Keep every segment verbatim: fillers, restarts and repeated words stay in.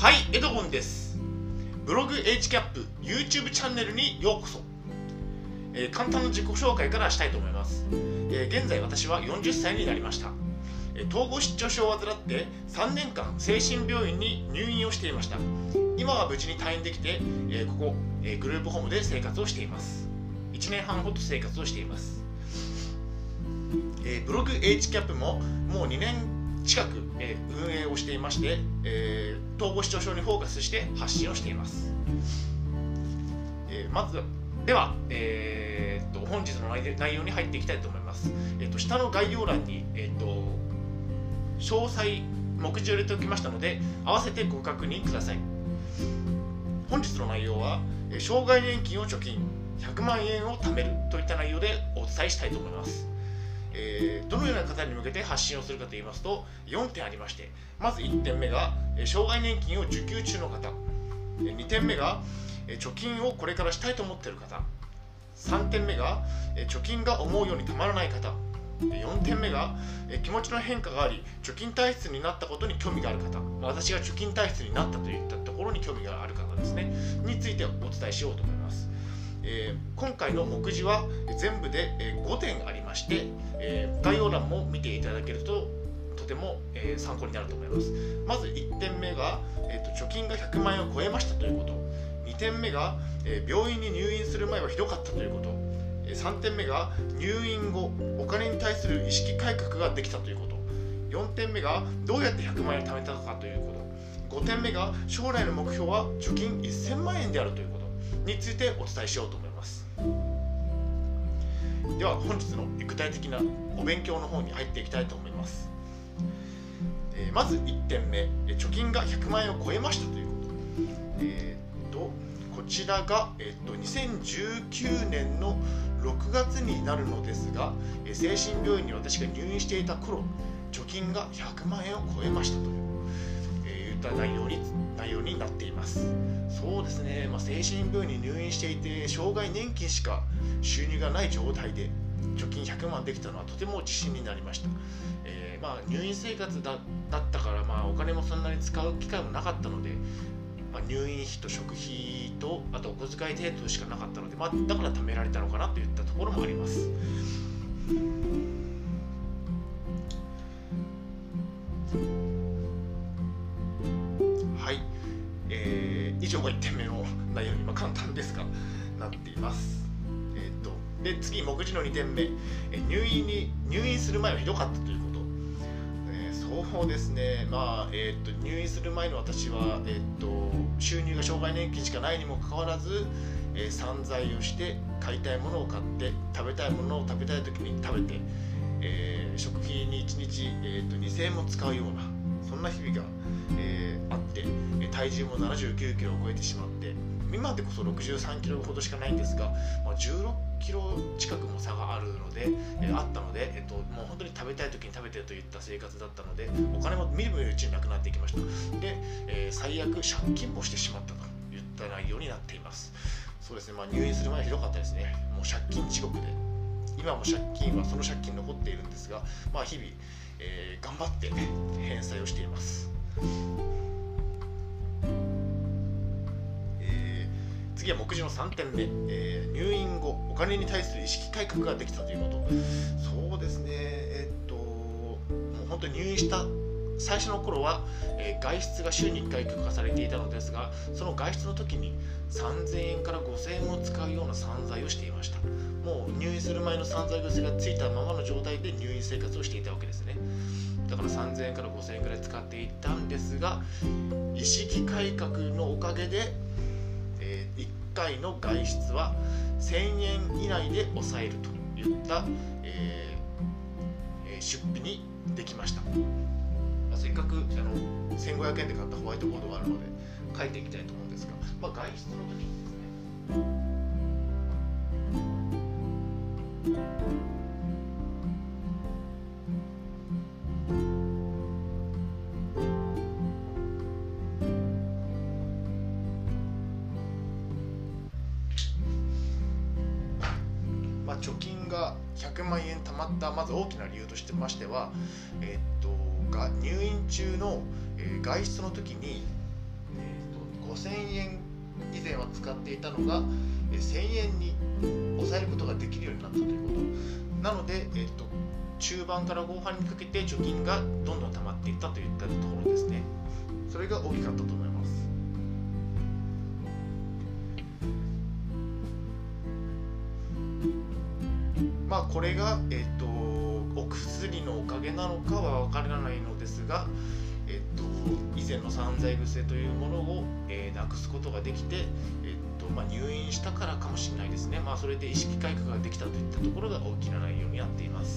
はい、エドゴンです。ブログ エイチキャップ YouTube チャンネルにようこそ。えー、簡単な自己紹介からしたいと思います。えー、現在私はよんじゅっさいになりました。えー、統合失調症を患ってさんねんかん精神病院に入院をしていました。今は無事に退院できて、えー、ここ、えー、グループホームで生活をしています。いちねんはんほど生活をしています。えー、ブログ エイチキャップ ももうにねん近く、えー、運営をしていまして、えー、統合失調症にフォーカスして発信をしています。えー、まずでは、えー、と本日の内容に入っていきたいと思います。えー、と下の概要欄に、えー、と詳細目次を入れておきましたので、合わせてご確認ください。本日の内容は、えー、障害年金を貯金ひゃくまんえんを貯めるといった内容でお伝えしたいと思います。えー、どのような方に向けて発信をするかといいますと、よんてんありまして、まずいってんめが障害年金を受給中の方、にてんめが貯金をこれからしたいと思っている方、さんてんめが貯金が思うようにたまらない方、よんてんめが気持ちの変化があり貯金体質になったことに興味がある方、私が貯金体質になったといったところに興味がある方ですねについてお伝えしようと思います。えー、今回の目次は全部でごてんありまして、えー、概要欄も見ていただけるととても、えー、参考になると思います。まずいってんめが、えーと、貯金がひゃくまんえんを超えましたということ、にてんめが、えー、病院に入院する前はひどかったということ、えー、さんてんめが入院後お金に対する意識改革ができたということ、よんてんめがどうやってひゃくまんえんを貯めたかということ、ごてんめが将来の目標は貯金せんまんえんであるということについてお伝えしようと思います。では本日の具体的なお勉強の方に入っていきたいと思います。えー、まずいってんめ、貯金がひゃくまんえんを超えましたということ。えー、とこちらが、えー、とにせんじゅうきゅうねんのろくがつになるのですが、えー、精神病院に私が入院していた頃、貯金がひゃくまんえんを超えましたという、えー、いった内容に内容になっています。そうですね、まあ、精神病院に入院していて障害年金しか収入がない状態で貯金ひゃくまんできたのはとても自信になりました。えーまあ、入院生活 だ, だったから、まあ、お金もそんなに使う機会もなかったので、まあ、入院費と食費とあとお小遣い程度しかなかったので、まあ、だから貯められたのかなといったところもあります。はい、えー、以上がいってんめの内容に、まあ、簡単ですがなっています。えー、とで次目次のにてんめ、えー、入院に入院する前はひどかったということ、えー、そうですね、まあえー、と入院する前の私は、えー、と収入が障害年金しかないにもかかわらず、えー、散財をして買いたいものを買って食べたいものを食べたい時に食べて、えー、食費にいちにち、えー、とにせんえんも使うようなそんな日々が、えー、あって体重もななじゅうきゅうキロを超えてしまって、今でこそろくじゅうさんキロほどしかないんですが、まあ、じゅうろっキロ近くも差があるので、えー、あったので、えー、ともう本当に食べたい時に食べてるといった生活だったので、お金もみるみるうちになくなっていきました。で、えー、最悪借金もしてしまったといった内容になっています。そうですね、まあ、入院する前はひどかったですね。もう借金地獄で、今も借金はその借金残っているんですが、まあ、日々、えー、頑張って返済をしています。次は目次のさんてんめ、えー、入院後お金に対する意識改革ができたということ。そうですね、えー、っともう本当に入院した最初の頃は、えー、外出が週にいっかい許可されていたのですが、その外出の時にさんぜんえんからごせんえんを使うような散財をしていました。もう入院する前の散財癖がついたままの状態で入院生活をしていたわけですね。だからさんぜんえんからごせんえんぐらい使っていたんですが、意識改革のおかげでいっかいの外出はせんえん以内で抑えるといった、えー、出費にできました。せっかくあのせんごひゃくえんで買ったホワイトボードがあるので書いていきたいと思うんですが、まあ、外出の時にですね、貯金がひゃくまんえん貯まったまず大きな理由としてましては、えー、っとが入院中の、えー、外出の時にごせんえん以前は使っていたのがせんえんに抑えることができるようになったということなので、えっと、中盤から後半にかけて貯金がどんどん溜まっていったといったところですね。それが大きかったと思います。まあこれが、えっと、お薬のおかげなのかは分からないのですが、えっと、以前の散財癖というものを、えー、なくすことができて、えっとまあ、入院したからかもしれないですね。まあ、それで意識改革ができたといったところが大きな内容になっています。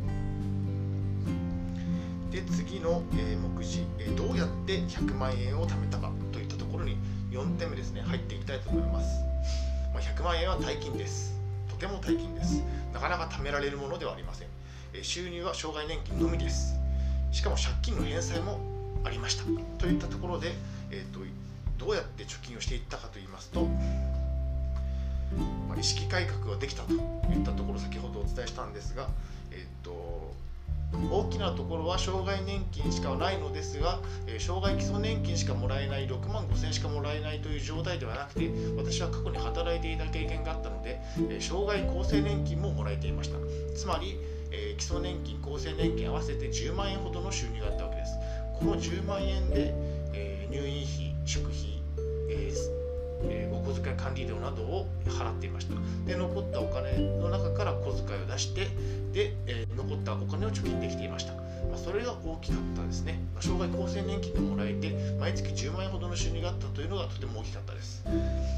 で次の、えー、目次、えー、どうやってひゃくまんえんを貯めたかといったところによんてんめですね、入っていきたいと思います。まあ、ひゃくまんえんは大金です。とても大金です。なかなか貯められるものではありません。えー、収入は障害年金のみです。しかも借金の返済もありましたといったところで、えー、とどうやって貯金をしていったかといいますと、まあ、意識改革ができたといったところ、先ほどお伝えしたんですが、えー、と大きなところは障害年金しかないのですが、えー、障害基礎年金しかもらえない、ろくまんごせんえんしかもらえないという状態ではなくて、私は過去に働いていた経験があったので、えー、障害厚生年金ももらえていました。つまり、えー、基礎年金、厚生年金合わせてじゅうまんえんほどの収入があったわけです。このじゅうまんえんで、えー、入院費、食費、えーえー、お小遣い管理料などを払っていました。で、残ったお金の中から小遣いを出して、で、えー、残ったお金を貯金できていました。まあ、それが大きかったですね。まあ、障害厚生年金がもらえて、毎月じゅうまんえんほどの収入があったというのがとても大きかったです。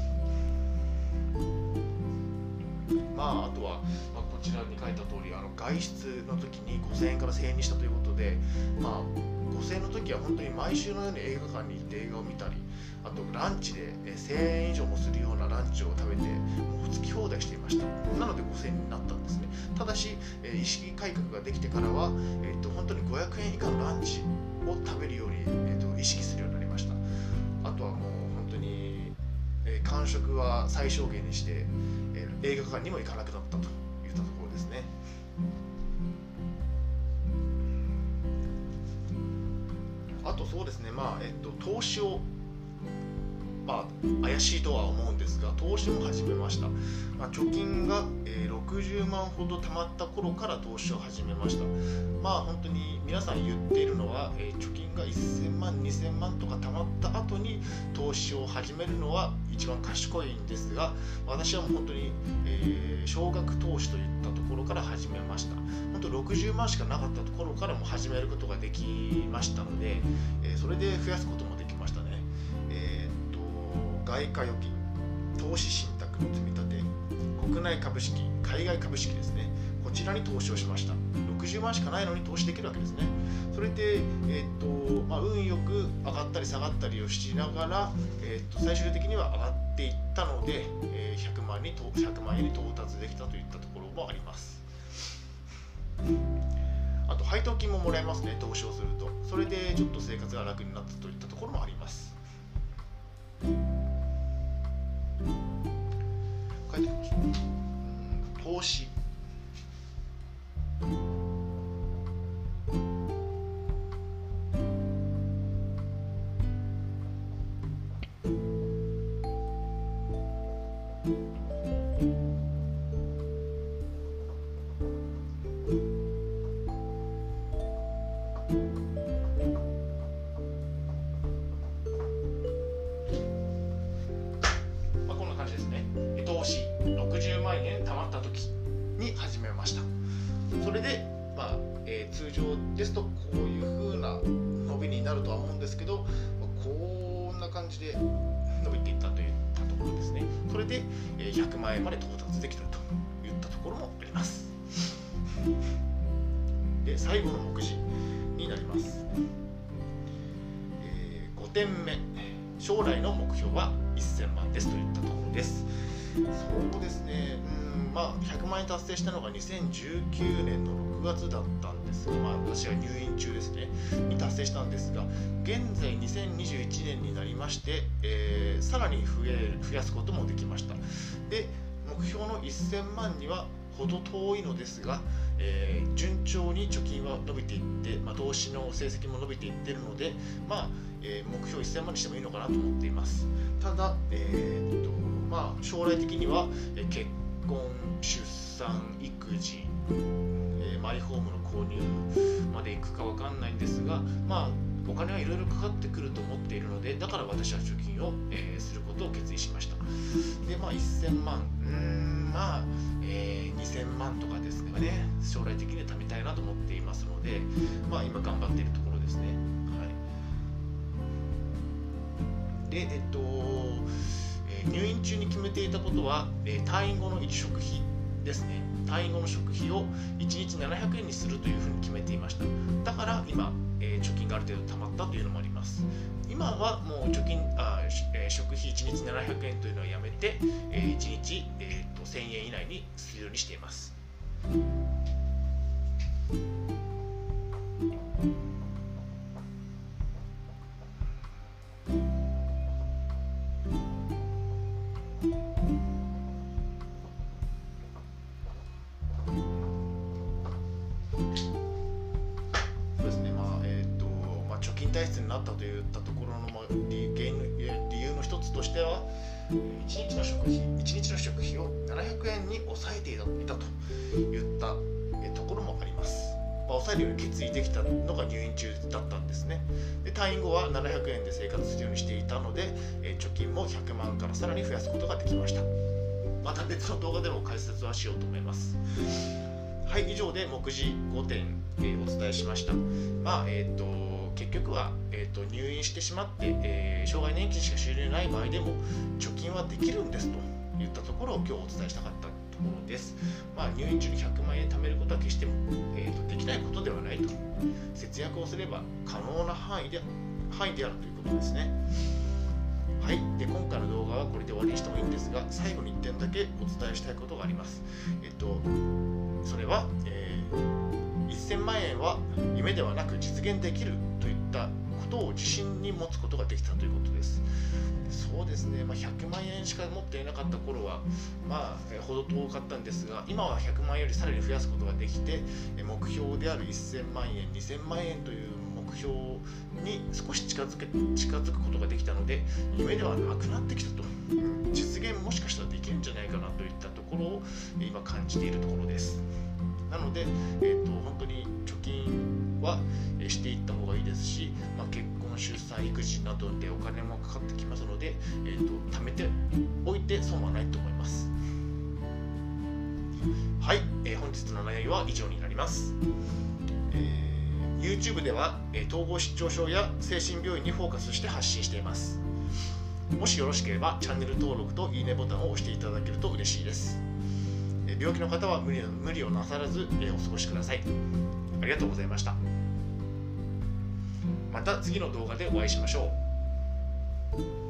まあ、あとは、まあ、こちらに書いた通り、あの外出の時にごせんえんからせんえんにしたということで、まあ、ごせんえんの時は本当に毎週のように映画館に行って映画を見たり、あとランチでせんえん以上もするようなランチを食べて、もうつき放題していました。なのでごせんえんになったんですね。ただし、えー、意識改革ができてからは、えー、と本当にごひゃくえん以下のランチを食べるように、えー、と意識するようになりました。あとはもう本当に、えー、間食は最小限にして、えー、映画館にも行かなくなったといったところですね。あとそうですね、まあえっと、投資を、まあ、怪しいとは思うんですが、投資も始めました。まあ、貯金が、えー、ろくじゅうまんほど貯まった頃から投資を始めました。まあ本当に皆さん言っているのは、えー、貯金がせんまん、にせんまんとか貯まった後に投資を始めるのは一番賢いんですが、私はもう本当に、えー、少額投資といったところから始めました。本当ろくじゅうまんしかなかったところからも始めることができましたので、えー、それで増やすこともできましたね。えー、っと外貨預金、投資信託の積み立て、国内株式、海外株式ですね、こちらに投資をしました。ろくじゅうまんしかないのに投資できるわけですね。それで、えーっとまあ、運よく上がったり下がったりをしながら、えーっと最終的には上がっていったので、えー、ひゃくまんにひゃくまんえんに到達できたといったところもあります。あと配当金ももらえますね、投資をすると。それでちょっと生活が楽になったといったところもあります。書いてみましょう。投資、ろくじゅうまんえん貯まった時に始めました。それで、まあえー、通常ですとこういう風な伸びになるとは思うんですけど、こんな感じで伸びていったといったところですね。それで、えー、ひゃくまんえんまで到達できたといったところもあります。で、最後の目次になります。えー、ごてんめ、将来の目標はせんまんですといったところです。そうですね、うん、まあひゃくまんえん達成したのがにせんじゅうきゅうねんのろくがつだったんですが、まあ、私が入院中ですねに達成したんですが、現在にせんにじゅういちねんになりまして、えー、さらに増え増やすこともできました。で、目標のせんまんにはほど遠いのですが、 えー、順調に貯金は伸びていって、まあ、投資の成績も伸びていっているので、まあえー、目標せんまんにしてもいいのかなと思っています。ただ、えーっとまあ、将来的には、えー、結婚、出産、育児、えー、マイホームの購入までいくかわかんないんですが、まあお金はいろいろかかってくると思っているので、だから私は貯金を、えー、することを決意しました。で、まあせんまん、うーん、まあ、えー、にせんまんとかですね、将来的に貯めたいなと思っていますので、まあ今頑張っているところですね。はい。で、えっと、えー、入院中に決めていたことは、えー、退院後の一食費ですね。退院後の食費をいちにちななひゃくえんにするというふうに決めていました。だから今、えー、貯金がある程度貯まったというのもあります。今はもう貯金あ、えー、食費いちにちななひゃくえんというのはやめて、えー、いちにち、えー、とせんえん以内にするようにしています。体質になったといったところの理由の一つとしては、いちにちの食費いちにちの食費をななひゃくえんに抑えていたといったところもあります。まあ、抑えるように決意できたのが入院中だったんですね。で、退院後はななひゃくえんで生活するようにしていたので、貯金もひゃくまんからさらに増やすことができました。また別の動画でも解説はしようと思います。はい、以上で目次ごてん、えー、お伝えしました。まあえー、と結局は、えー、と入院してしまって、えー、障害年金しか収入ない場合でも貯金はできるんですといったところを今日お伝えしたかったところです。まあ、入院中にひゃくまんえん貯めることは決しても、えー、とできないことではないと。節約をすれば可能な範囲で範囲であるということですね。はい、で今回の動画はこれで終わりにしてもいいんですが、最後にいってんだけお伝えしたいことがあります。えっとそれは、えー、せんまんえんは夢ではなく実現できるといったことを自信に持つことができたということです。そうですね、まあ、ひゃくまんえんしか持っていなかった頃はまあほど遠かったんですが、今はひゃくまんえんよりさらに増やすことができて、目標であるせんまんえんにせんまんえんという目標に少し近づけ近づくことができたので、夢ではなくなってきたと、実現もしかしたらできるんじゃないかなといったところを今感じているところです。なので、えーと、本当に貯金はしていった方がいいですし、まあ、結婚、出産、育児などでお金もかかってきますので、えーと、貯めておいて損はないと思います。はい、えー、本日の内容は以上になります。えー YouTube では、えー、統合失調症や精神病院にフォーカスして発信しています。もしよろしければチャンネル登録といいねボタンを押していただけると嬉しいです。えー、病気の方は無理、無理をなさらず、えー、お過ごしください。ありがとうございました。また次の動画でお会いしましょう。